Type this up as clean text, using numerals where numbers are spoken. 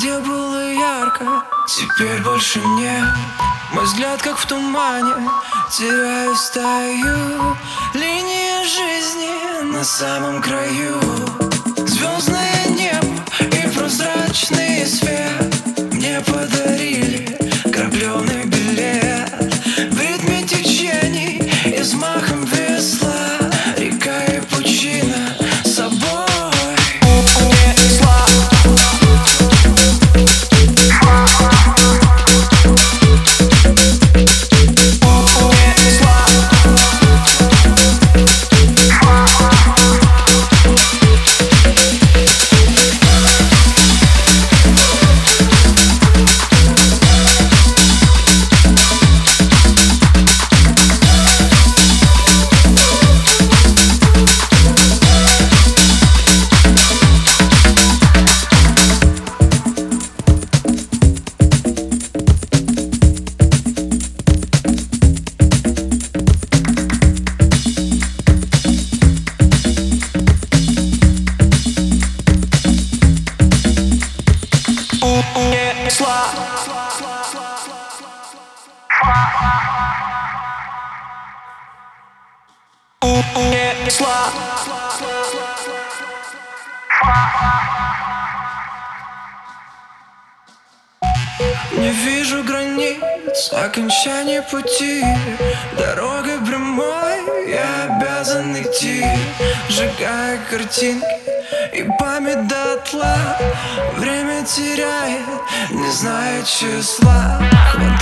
где было ярко, теперь больше нет. Мой взгляд как в тумане, теряю стаю. Линия жизни на самом краю. Звездное небо и прозрачный свет мне подарили крапленый билет. В ритме течений и взмахом весла река и пучина с собой несла. Не вижу границ, окончания пути. Дорогой прямой я обязан идти, сжигая картинки и память дотла. Время теряет, не знает числа.